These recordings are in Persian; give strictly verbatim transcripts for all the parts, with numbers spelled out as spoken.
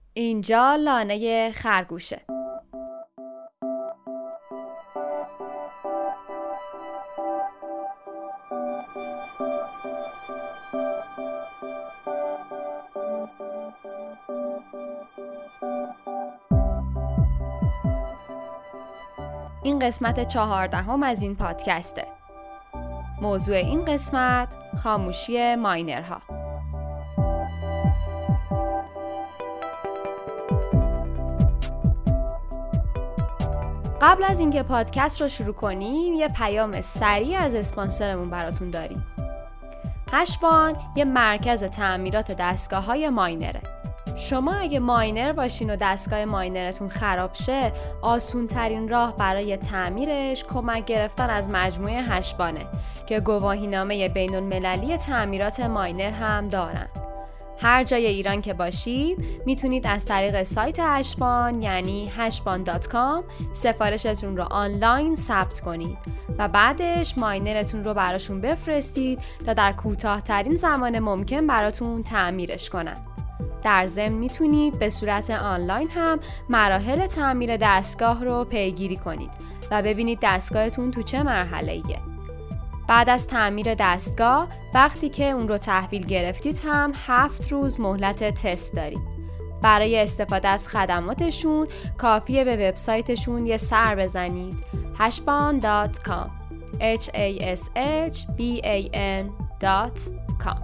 اینجا لانه خرگوشه. این قسمت چهاردهم از این پادکسته. موضوع این قسمت خاموشی ماینرها. قبل از اینکه پادکست رو شروع کنیم یه پیام سریع از اسپانسرمون براتون داریم. هشبان یه مرکز تعمیرات دستگاه‌های ماینره. شما اگه ماینر باشین و دستگاه ماینرتون خراب شه، آسون ترین راه برای تعمیرش کمک گرفتن از مجموعه هشبانه که گواهینامه بین المللی تعمیرات ماینر هم دارن. هر جای ایران که باشید میتونید از طریق سایت هشبان یعنی هشبان دات کام سفارشتون رو آنلاین ثبت کنید و بعدش ماینرتون رو براشون بفرستید تا در کوتاه‌ترین زمان ممکن براتون تعمیرش کنن. در ضمن میتونید به صورت آنلاین هم مراحل تعمیر دستگاه رو پیگیری کنید و ببینید دستگاهتون تو چه مرحله‌ایه. بعد از تعمیر دستگاه وقتی که اون رو تحویل گرفتید هم هفت روز مهلت تست دارید. برای استفاده از خدماتشون کافیه به وبسایتشون یه سر بزنید هشبان دات کام h a s h b a n دات کام.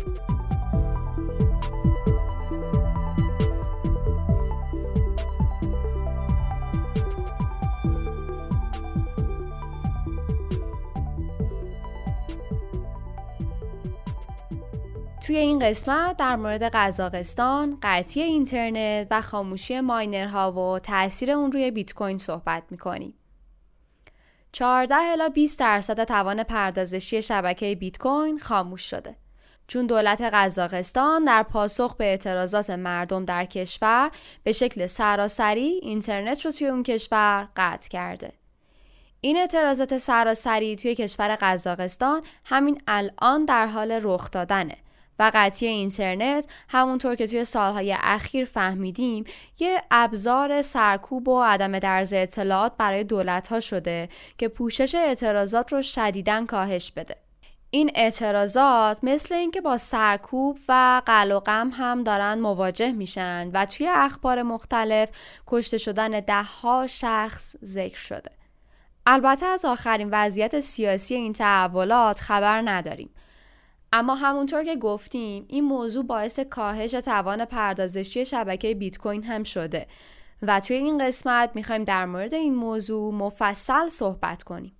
توی این قسمت در مورد قزاقستان، قطعی اینترنت و خاموشی ماینرها و تأثیر اون روی بیت کوین صحبت می‌کنیم. چهارده الی بیست درصد توان پردازشی شبکه بیت کوین خاموش شده. چون دولت قزاقستان در پاسخ به اعتراضات مردم در کشور به شکل سراسری اینترنت رو توی اون کشور قطع کرده. این اعتراضات سراسری توی کشور قزاقستان همین الان در حال رخ دادنه. و قطعی اینترنت همونطور که توی سالهای اخیر فهمیدیم یه ابزار سرکوب و عدم درز اطلاعات برای دولت‌ها شده که پوشش اعتراضات رو شدیداً کاهش بده. این اعتراضات مثل اینکه با سرکوب و قل و غم هم دارن مواجه میشن و توی اخبار مختلف کشته شدن ده ها شخص ذکر شده. البته از آخرین وضعیت سیاسی این تحولات خبر نداریم. اما همونطور که گفتیم این موضوع باعث کاهش توان پردازشی شبکه بیت کوین هم شده و توی این قسمت میخوایم در مورد این موضوع مفصل صحبت کنیم.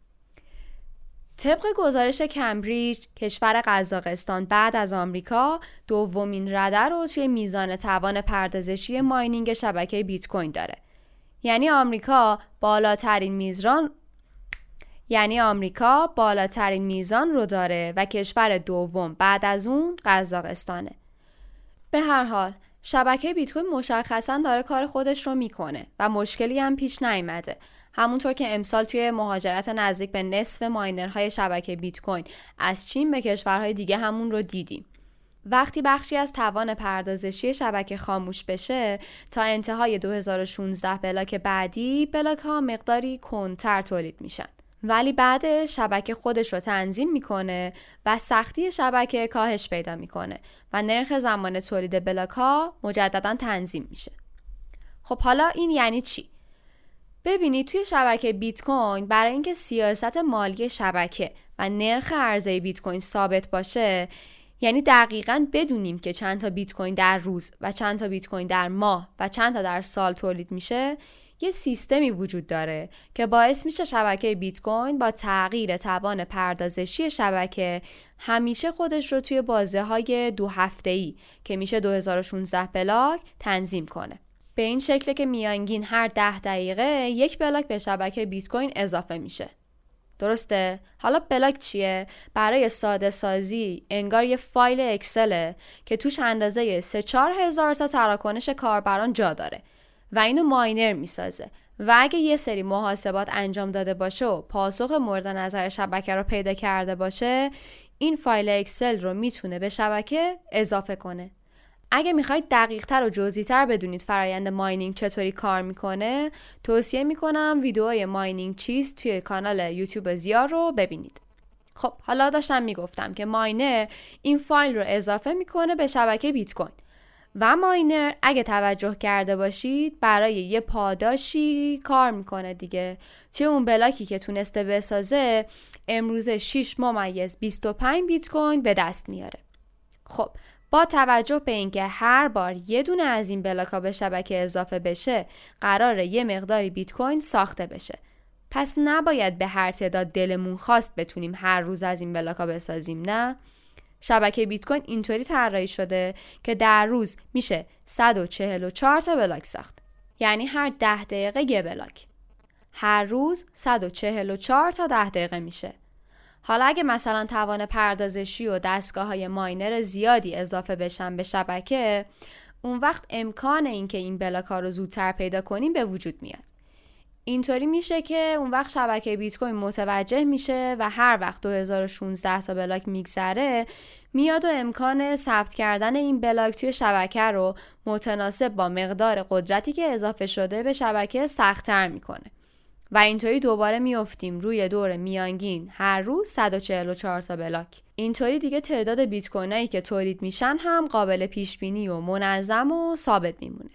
طبق گزارش کمبریج، کشور قزاقستان بعد از آمریکا دومین رده رو توی میزان توان پردازشی ماینینگ شبکه بیت کوین داره. یعنی آمریکا بالاترین میزان یعنی آمریکا بالاترین میزان رو داره و کشور دوم بعد از اون قزاقستانه. به هر حال شبکه بیت کوین مشخصاً داره کار خودش رو میکنه و مشکلی هم پیش نیامده. همونطور که امسال توی مهاجرت نزدیک به نصف ماینرهای شبکه بیت کوین از چین به کشورهای دیگه همون رو دیدیم. وقتی بخشی از توان پردازشی شبکه خاموش بشه تا انتهای دو هزار و شانزده بلاک بعدی بلاک ها مقداری کندتر تولید میشن. ولی بعد شبکه خودش رو تنظیم میکنه و سختی شبکه کاهش پیدا میکنه و نرخ زمان تولید بلاک ها مجددا تنظیم میشه. خب حالا این یعنی چی؟ ببینید توی شبکه بیت کوین برای اینکه سیاست مالی شبکه و نرخ عرضه بیت کوین ثابت باشه، یعنی دقیقاً بدونیم که چند تا بیت کوین در روز و چند تا بیت کوین در ماه و چند تا در سال تولید میشه، یه سیستمی وجود داره که باعث میشه شبکه بیت کوین با تغییر توان پردازشی شبکه همیشه خودش رو توی بازه‌های دو هفته‌ای که میشه دو هزار و شانزده بلاک تنظیم کنه. به این شکل که میانگین هر ده دقیقه یک بلاک به شبکه بیت کوین اضافه میشه. درسته؟ حالا بلاک چیه؟ برای ساده سازی انگار یه فایل اکسله که توش اندازه سه چهار هزار تا تراکنش کاربران جا داره و اینو ماینر میسازه و اگه یه سری محاسبات انجام داده باشه و پاسخ مورد نظر شبکه رو پیدا کرده باشه، این فایل اکسل رو میتونه به شبکه اضافه کنه. اگه میخواید دقیق‌تر و جزئی‌تر بدونید فرایند ماینینگ چطوری کار میکنه، توصیه میکنم ویدیوهای ماینینگ چیست توی کانال یوتیوب زیا رو ببینید. خب حالا داشتم میگفتم که ماینر این فایل رو اضافه میکنه به شبکه بیت کوین و ماینر اگه توجه کرده باشید برای یه پاداشی کار میکنه دیگه. توی اون بلاکی که تونسته بسازه امروزه شش ممیز بیست و پنج بیت کوین به دست میاره. خب با توجه به اینکه هر بار یه دونه از این بلاک‌ها به شبکه اضافه بشه قراره یه مقداری بیت کوین ساخته بشه. پس نباید به هر تعداد دلمون خواست بتونیم هر روز از این بلاک‌ها بسازیم، نه؟ شبکه بیت کوین اینطوری طراحی شده که در روز میشه صد و چهل و چهار تا بلاک ساخت. یعنی هر ده دقیقه یه بلاک. هر روز صد و چهل و چهار تا ده دقیقه میشه. حالا اگه مثلا توان پردازشی و دستگاه‌های ماینر زیادی اضافه بشن به شبکه، اون وقت امکان اینکه این بلاک‌ها رو زودتر پیدا کنیم به وجود میاد. اینطوری میشه که اون وقت شبکه بیت کوین متوجه میشه و هر وقت دو هزار و شانزده تا بلاک میگذره میاد و امکان ثبت کردن این بلاک توی شبکه رو متناسب با مقدار قدرتی که اضافه شده به شبکه سخت‌تر میکنه و اینطوری دوباره میافتیم روی دور میانگین هر روز صد و چهل و چهار تا بلاک. اینطوری دیگه تعداد بیت کوینایی که تولید میشن هم قابل پیش بینی و منظم و ثابت میمونه.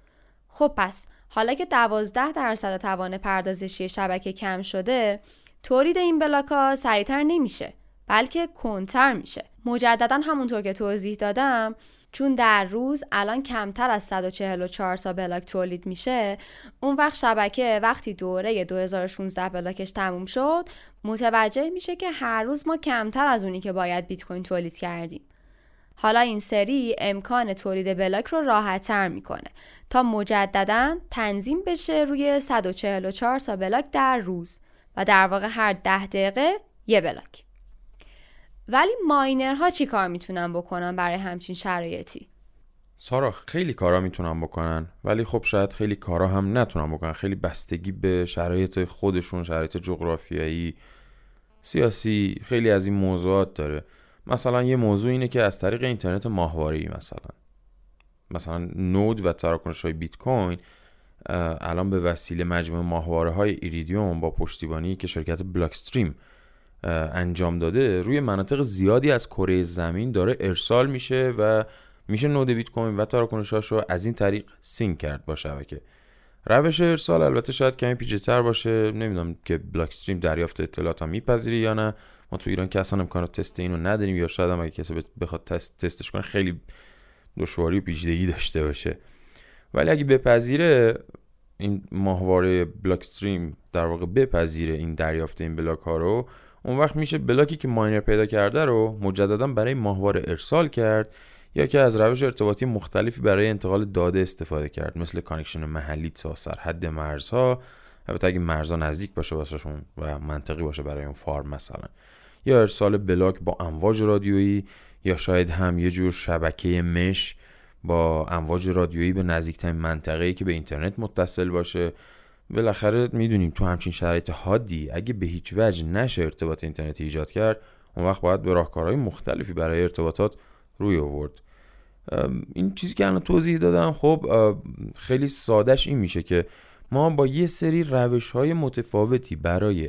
خب پس حالا که دوازده درصد توان پردازشی شبکه کم شده، تولید این بلاک‌ها سریعتر نمیشه بلکه کندتر میشه. مجددا همونطور که توضیح دادم، چون در روز الان کمتر از صد و چهل و چهار تا بلاک تولید میشه، اون وقت شبکه وقتی دوره دو هزار و شانزده بلاکش تموم شد متوجه میشه که هر روز ما کمتر از اونی که باید بیت کوین تولید کردیم. حالا این سری امکان تولید بلاک رو راحت‌تر میکنه تا مجدداً تنظیم بشه روی صد و چهل و چهار تا بلاک در روز و در واقع هر ده دقیقه یه بلاک. ولی ماینرها چی کار میتونن بکنن برای همچین شرایطی؟ سارا، خیلی کارا میتونن بکنن ولی خب شاید خیلی کارا هم نتونن بکنن. خیلی بستگی به شرایط خودشون، شرایط جغرافیایی، سیاسی، خیلی از این موضوعات داره. مثلا یه موضوع اینه که از طریق اینترنت ماهواره‌ای مثلا مثلا نود و تراکنش‌های بیت کوین الان به وسیله مجموعه ماهواره‌های ایریدیوم با پشتیبانی که شرکت بلاک استریم انجام داده روی مناطق زیادی از کره زمین داره ارسال میشه و میشه نود بیت کوین و تراکنش‌هاشو از این طریق سینک کرد با شبکه. روش ارسال البته شاید کمی پیچیده‌تر باشه، نمیدونم که بلاک استریم دریافت اطلاعات میپذیره یا نه. ما تو ایران که اصلا امکان تست اینو نداریم یا شاید هم اگه کسی بخواد تست تستش کنه خیلی دشواری و پیچیدگی داشته باشه. ولی اگه بپذیره این ماهواره بلاک استریم در واقع بپذیره این دریافت این بلاک ها رو، اون وقت میشه بلاکی که ماینر پیدا کرده رو مجددا برای ماهواره ارسال کرد یا که از روش ارتباطی مختلفی برای انتقال داده استفاده کرد، مثل کانکشن محلی تا سرحد مرزها، البته اگه مرزها نزدیک باشه واسهشون و منطقی باشه برای اون فارم مثلا، یا ارسال بلاک با امواج رادیویی یا شاید هم یه جور شبکه مش با امواج رادیویی به نزدیکترین منطقه‌ای که به اینترنت متصل باشه. بالاخره میدونیم تو همچین شرایط حادی اگه به هیچ وجه نشه ارتباط اینترنتی ایجاد کرد، اون وقت باید به راهکارهای مختلفی برای ارتباطات روی آورد. این چیزی که الان توضیح دادم خب خیلی سادهش این میشه که ما با یه سری روش‌های متفاوتی برای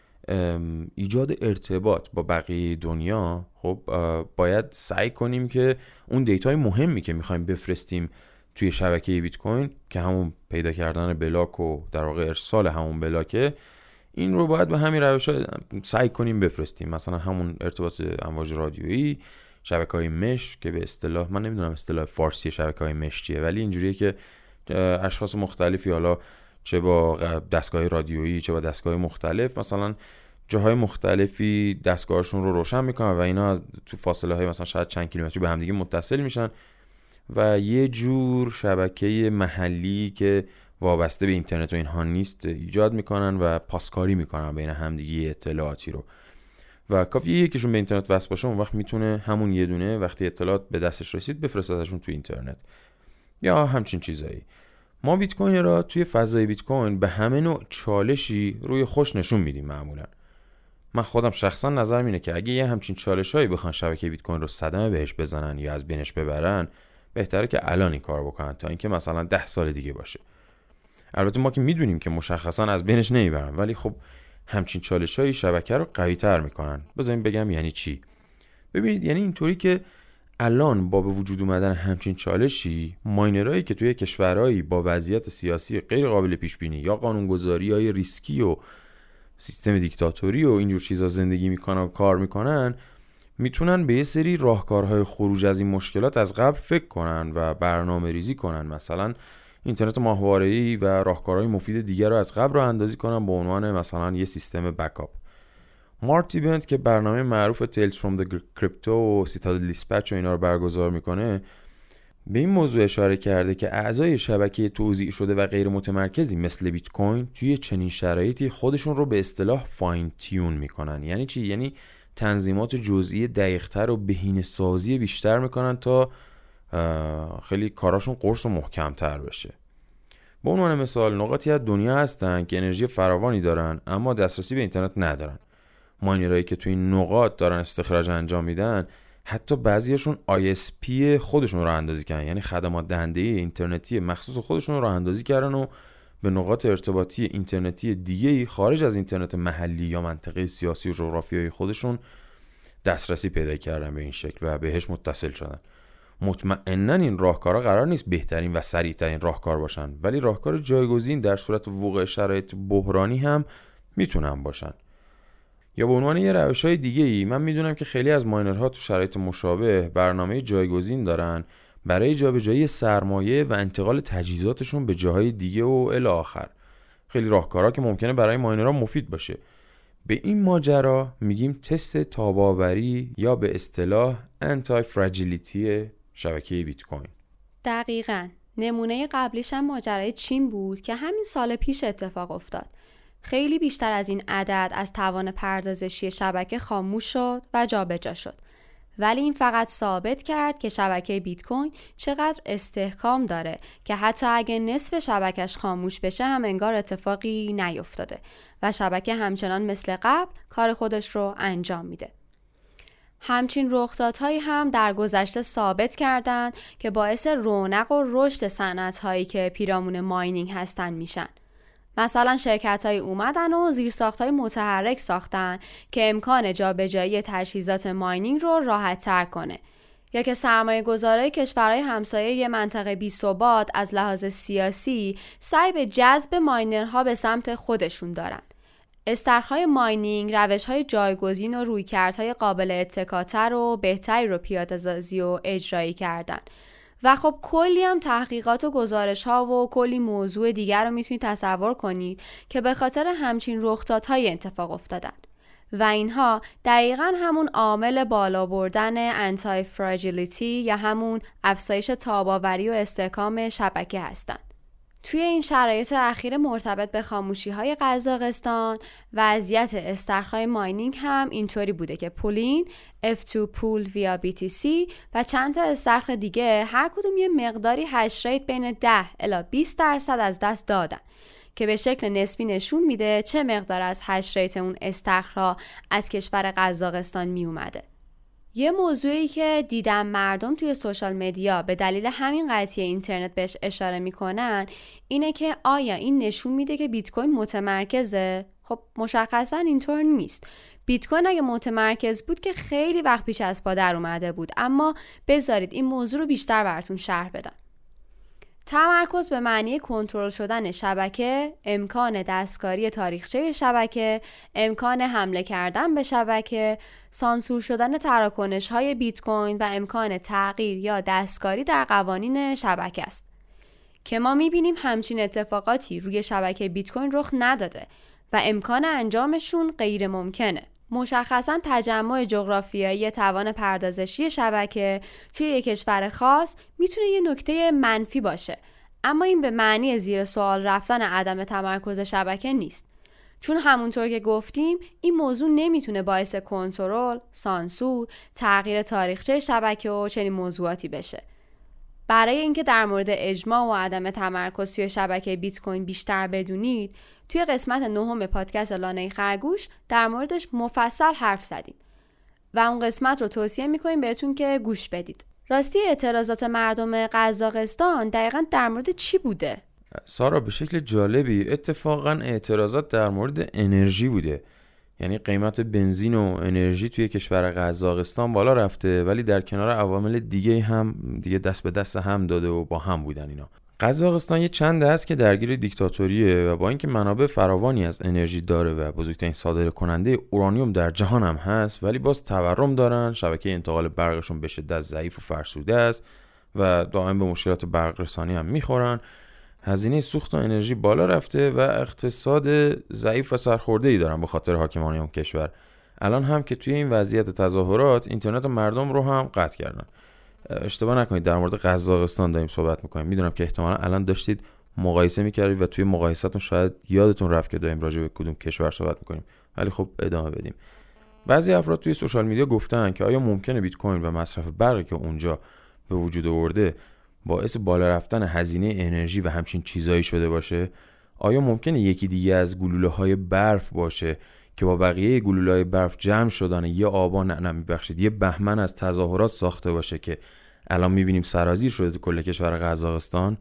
ایجاد ارتباط با بقیه دنیا خب باید سعی کنیم که اون دیتای مهمی که میخوایم بفرستیم توی شبکه بیت کوین که همون پیدا کردن بلاک و در واقع ارسال همون بلاکه، این رو باید به همین روش‌ها سعی کنیم بفرستیم. مثلا همون ارتباط امواج رادیویی، شبکه‌های مش که به اصطلاح من نمیدونم اصطلاح فارسی شبکه‌های مش چیه، ولی اینجوریه که اشخاص مختلفی حالا چه با دستگاه رادیویی چه با دستگاه مختلف مثلا جاهای مختلفی دستگاهشون رو روشن میکنن و اینا تو فاصله های مثلا شاید چند کیلومتری به همدیگه متصل میشن و یه جور شبکه محلی که وابسته به اینترنت و اینها نیست ایجاد میکنن و پاسکاری میکنن بین همدیگه اطلاعاتی رو و کافیه یکیشون به اینترنت وصل باشه، اون وقت میتونه همون یه دونه وقتی اطلاعات به دستش رسید بفرستادشون تو اینترنت یا همچین چیزایی. ما بیت کوین را توی فضای بیت کوین به همه نوع چالشی روی خوش نشون میدیم. معمولا من خودم شخصا نظرم اینه که اگه یه همچین چالشایی بخوان شبکه بیت کوین رو صدمه بهش بزنن یا از بینش ببرن، بهتره که الان این کارو بکنن تا اینکه مثلا ده سال دیگه باشه. البته ما که میدونیم که مشخصا از بینش نمیبرن، ولی خب همچین چالش‌های شبکه رو قوی‌تر میکنن. بذاریم بگم یعنی چی. ببینید یعنی اینطوری که الان با به وجود اومدن همچین چالشی، ماینرایی که توی کشورهایی با وضعیت سیاسی غیر قابل پیش بینی یا قانونگذاری‌های ریسکی و سیستم دیکتاتوری و اینجور چیزا زندگی میکنن و کار میکنن، میتونن به یه سری راهکارهای خروج از این مشکلات از قبل فکر کنن و برنامه ریزی کنن. مثلا اینترنت ماهواره‌ای و راهکارهای مفید دیگر رو از قبل راه اندازی کنن به عنوان مثلا یه سیستم بکاپ. مارتی بنت که برنامه معروف Tales from the Crypto و Citadel Dispatch و اینا رو برگزار میکنه، به این موضوع اشاره کرده که اعضای شبکه توزیع شده و غیر متمرکزی مثل بیت کوین توی چنین شرایطی خودشون رو به اصطلاح فاین تیون میکنن. یعنی چی؟ یعنی تنظیمات جزئی دقیق‌تر و بهینه‌سازی بیشتر میکنن تا خیلی کاراشون قرص و محکم‌تر بشه. به عنوان مثال نقاطی از دنیا هستن که انرژی فراوانی دارن اما دسترسی به اینترنت ندارن. ماینرایی که توی این نقاط دارن استخراج انجام میدن حتی بعضیاشون آی اس پی خودشون رو راه اندازی کردن، یعنی خدمات دهنده اینترنتی مخصوص خودشون رو راه اندازی کردن و به نقاط ارتباطی اینترنتی دیگه‌ای خارج از اینترنت محلی یا منطقه سیاسی و جغرافیایی خودشون دسترسی پیدا کردن به این شکل و بهش متصل شدن. مطمئناً این راهکارها قرار نیست بهترین و سریع‌ترین راهکار باشن، ولی راهکار جایگزین در صورت وقوع شرایط بحرانی هم میتونن باشن. یا به عنوان یه روش‌های دیگه‌ای، من میدونم که خیلی از ماینرها تو شرایط مشابه برنامه جایگزین دارن برای جابجایی سرمایه و انتقال تجهیزاتشون به جاهای دیگه و الی آخر. خیلی راهکارها که ممکنه برای ماینرها مفید باشه. به این ماجرا میگیم تست تاب‌آوری یا به اصطلاح انتای فراجیلیتی شبکه بیت کوین. دقیقاً. نمونه قبلیش هم ماجرای چین بود که همین سال پیش اتفاق افتاد. خیلی بیشتر از این عدد از توان پردازشی شبکه خاموش شد و جابجا شد. ولی این فقط ثابت کرد که شبکه بیت کوین چقدر استحکام داره که حتی اگه نصف شبکش خاموش بشه هم انگار اتفاقی نیفتاده و شبکه همچنان مثل قبل کار خودش رو انجام میده. همچین رخدادهایی هم در گذشته ثابت کردند که باعث رونق و رشد صنعت‌هایی که پیرامون ماینینگ هستن میشن. مثلا شرکت‌های اومدن و زیرساخت‌های متحرک ساختن که امکان جابجایی تجهیزات ماینینگ رو راحت‌تر کنه، یا که سرمایه‌گذارای کشورهای همسایه یه منطقه بی‌ثبات از لحاظ سیاسی سعی به جذب ماینرها به سمت خودشون دارن. استخراج ماینینگ روش‌های جایگزین و رویکردهای قابل اتکاتر و بهتری رو پیاده‌سازی و اجرایی کردن. و خب کلی هم تحقیقات و گزارش ها و کلی موضوع دیگر رو میتونید تصور کنید که به خاطر همچین رخدادهای اتفاق افتادن و اینها دقیقاً همون عامل بالا بردن انتای فراجیلیتی یا همون افزایش تاب‌آوری و استحکام شبکه هستن. توی این شرایط اخیر مرتبط به خاموشی‌های قزاقستان، وضعیت استخراج ماینینگ هم اینطوری بوده که پولین، اف تو پول ویا بی تی سی و چند تا استخراج دیگه هر کدوم یه مقداری هش ریت بین ده الی بیست درصد از دست دادن که به شکل نسبی نشون میده چه مقدار از هش ریت اون استخراج از کشور قزاقستان می اومده. یه موضوعی که دیدم مردم توی سوشال مدیا به دلیل همین قضیه اینترنت بهش اشاره میکنن اینه که آیا این نشون میده که بیت کوین متمرکزه؟ خب مشخصا اینطور نیست. بیت کوین اگه متمرکز بود که خیلی وقت پیش از پا در اومده بود، اما بذارید این موضوع رو بیشتر براتون شرح بدم. تمرکز به معنی کنترل شدن شبکه، امکان دستکاری تاریخچه شبکه، امکان حمله کردن به شبکه، سانسور شدن تراکنش‌های بیت کوین و امکان تغییر یا دستکاری در قوانین شبکه است. که ما می‌بینیم همچین اتفاقاتی روی شبکه بیت کوین رخ نداده و امکان انجامشون غیر ممکنه. مشخصاً تجمع جغرافیایی توان پردازشی شبکه توی یک کشور خاص میتونه یه نکته منفی باشه، اما این به معنی زیر سوال رفتن عدم تمرکز شبکه نیست، چون همونطور که گفتیم این موضوع نمیتونه باعث کنترل، سانسور، تغییر تاریخچه شبکه و چنین موضوعاتی بشه. برای اینکه در مورد اجماع و عدم تمرکز توی شبکه بیت کوین بیشتر بدونید، توی قسمت نهم پادکست لانه خرگوش در موردش مفصل حرف زدیم و اون قسمت رو توصیه میکنیم بهتون که گوش بدید. راستی اعتراضات مردم قزاقستان دقیقاً در مورد چی بوده؟ سارا به شکل جالبی اتفاقاً اعتراضات در مورد انرژی بوده. یعنی قیمت بنزین و انرژی توی کشور قزاقستان بالا رفته، ولی در کنار عوامل دیگه هم دیگه دست به دست هم داده و با هم بودن اینا. قزاقستان یه چند هست که درگیر دیکتاتوریه و با اینکه منابع فراوانی از انرژی داره و بزرگترین صادر کننده اورانیوم در جهان هم هست، ولی باز تورم دارن، شبکه انتقال برقشون به شدت ضعیف و فرسوده است و دائم به مشکلات برق رسانی هم میخورن. هزینه سوخت و انرژی بالا رفته و اقتصاد ضعیف و سرخورده‌ای دارن به خاطر حاکمانی اون کشور. الان هم که توی این وضعیت تظاهرات اینترنت مردم رو هم قطع کردن. اشتباه نکنید در مورد قزاقستان داریم صحبت میکنیم. میدونم که احتمالاً الان داشتید مقایسه میکردید و توی مقایسه‌تون شاید یادتون رفت که داریم راجع به کدوم کشور صحبت میکنیم، ولی خب ادامه بدیم. بعضی افراد توی سوشال میدیا گفتن که آیا ممکنه بیت کوین و مصرف برقی که اونجا به وجود آورده باعث بالا رفتن هزینه انرژی و همچین چیزایی شده باشه؟ آیا ممکنه یکی دیگه از گلوله‌های برف باشه که با بقیه گلوله‌های برف جمع شدن یه آبان نه میبخشید یه بهمن از تظاهرات ساخته باشه که الان میبینیم سرازیر شده تو کل کشور قزاقستان؟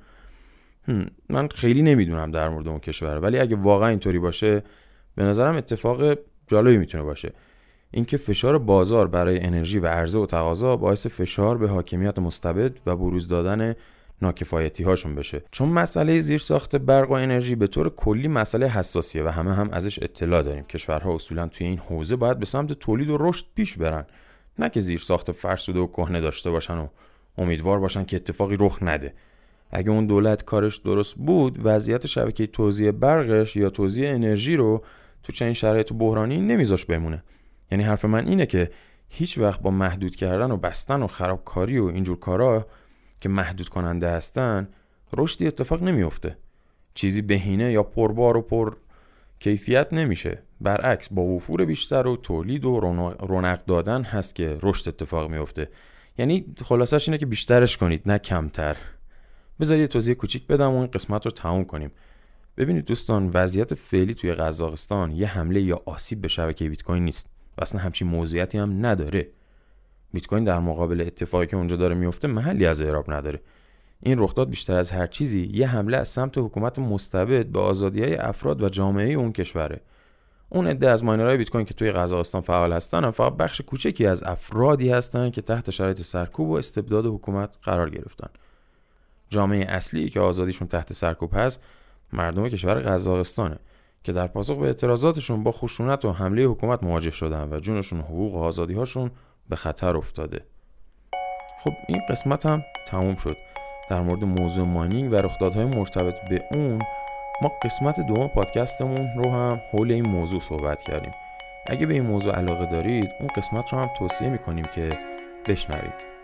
من خیلی نمیدونم در مورد اون کشور، ولی اگه واقعا اینطوری باشه به نظرم اتفاق جالبی میتونه باشه. اینکه فشار بازار برای انرژی و عرضه و تقاضا باعث فشار به حاکمیت مستبد و بروز دادن ناکفایتی هاشون بشه، چون مسئله زیرساخت برق و انرژی به طور کلی مسئله حساسیه و همه هم ازش اطلاع داریم. کشورها اصولا توی این حوزه باید به سمت تولید و رشد پیش برن، نه که زیرساخت فرسوده و کهنه داشته باشن و امیدوار باشن که اتفاقی رخ نده. اگه اون دولت کارش درست بود، وضعیت شبکه توزیع برقش یا توزیع انرژی رو تو چنین شرایط بحرانی نمیذاش بمونه. یعنی حرف من اینه که هیچ وقت با محدود کردن و بستن و خرابکاری و اینجور کارا که محدود کننده هستن رشدی اتفاق نمیفته. چیزی بهینه یا پربار و پر کیفیت نمیشه. برعکس با وفور بیشتر و تولید و رونق دادن هست که رشد اتفاق میفته. یعنی خلاصش اینه که بیشترش کنید نه کمتر. بذارید توضیح کوچیک بدم و این قسمت رو تموم کنیم. ببینید دوستان، وضعیت فعلی توی قزاقستان یه حمله یا آسیب به شبکه بیت کوین نیست. اصلا همچین موضوعیتی هم نداره. بیت کوین در مقابل اتفاقی که اونجا داره میفته محلی از اعراب نداره. این رخداد بیشتر از هر چیزی یه حمله از سمت حکومت مستبد به آزادی‌های افراد و جامعه اون کشوره. اون عده از ماینرهای بیت کوین که توی قزاقستان فعال هستن هم فقط بخش کوچکی از افرادی هستن که تحت شرایط سرکوب و استبداد حکومت قرار گرفتن. جامعه اصلی که آزادیشون تحت سرکوب هست مردم کشور قزاقستانه که در پاسخ به اعتراضاتشون با خشونت و حمله حکومت مواجه شدن و جونشون و حقوق و آزادی‌هاشون به خطر افتاده. خب این قسمت هم تموم شد. در مورد موضوع ماینینگ و رخدادهای مرتبط به اون ما قسمت دوم پادکستمون رو هم حول این موضوع صحبت کردیم. اگه به این موضوع علاقه دارید اون قسمت رو هم توصیه می‌کنیم که بشنوید.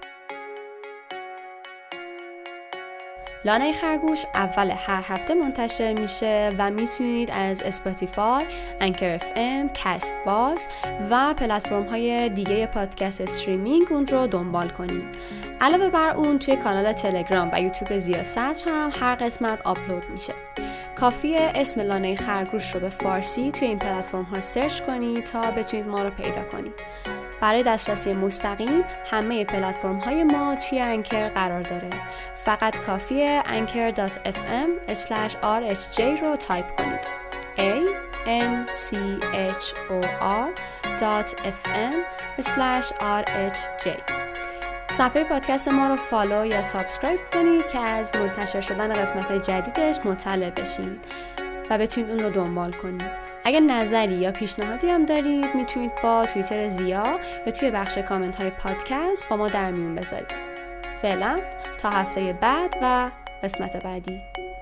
لانه خرگوش اول هر هفته منتشر میشه و میتونید از اسپاتیفای، انکر اف ام، کست باکس و پلتفرم های دیگه پادکست استریمینگ اون رو دنبال کنید. علاوه بر اون توی کانال تلگرام و یوتیوب ضیاست هم هر قسمت آپلود میشه. کافیه اسم لانه خرگوش رو به فارسی توی این پلتفرم ها سرچ کنید تا بتونید ما رو پیدا کنید. برای دسترسی مستقیم همه پلتفرم های ما توی انکر قرار داره. فقط کافیه انکر دات اف ام اسلش آر اچ جی رو تایپ کنید. A N C H O R dot F M slash R H J. صفحه پادکست ما رو فالو یا سابسکرایب کنید که از منتشر شدن قسمت‌های جدیدش مطلع بشید و بتونید اون رو دنبال کنید. اگه نظری یا پیشنهادی هم دارید میتونید با توییتر زیا یا توی بخش کامنت های پادکست با ما در میون بذارید. فعلا تا هفته بعد و قسمت بعدی.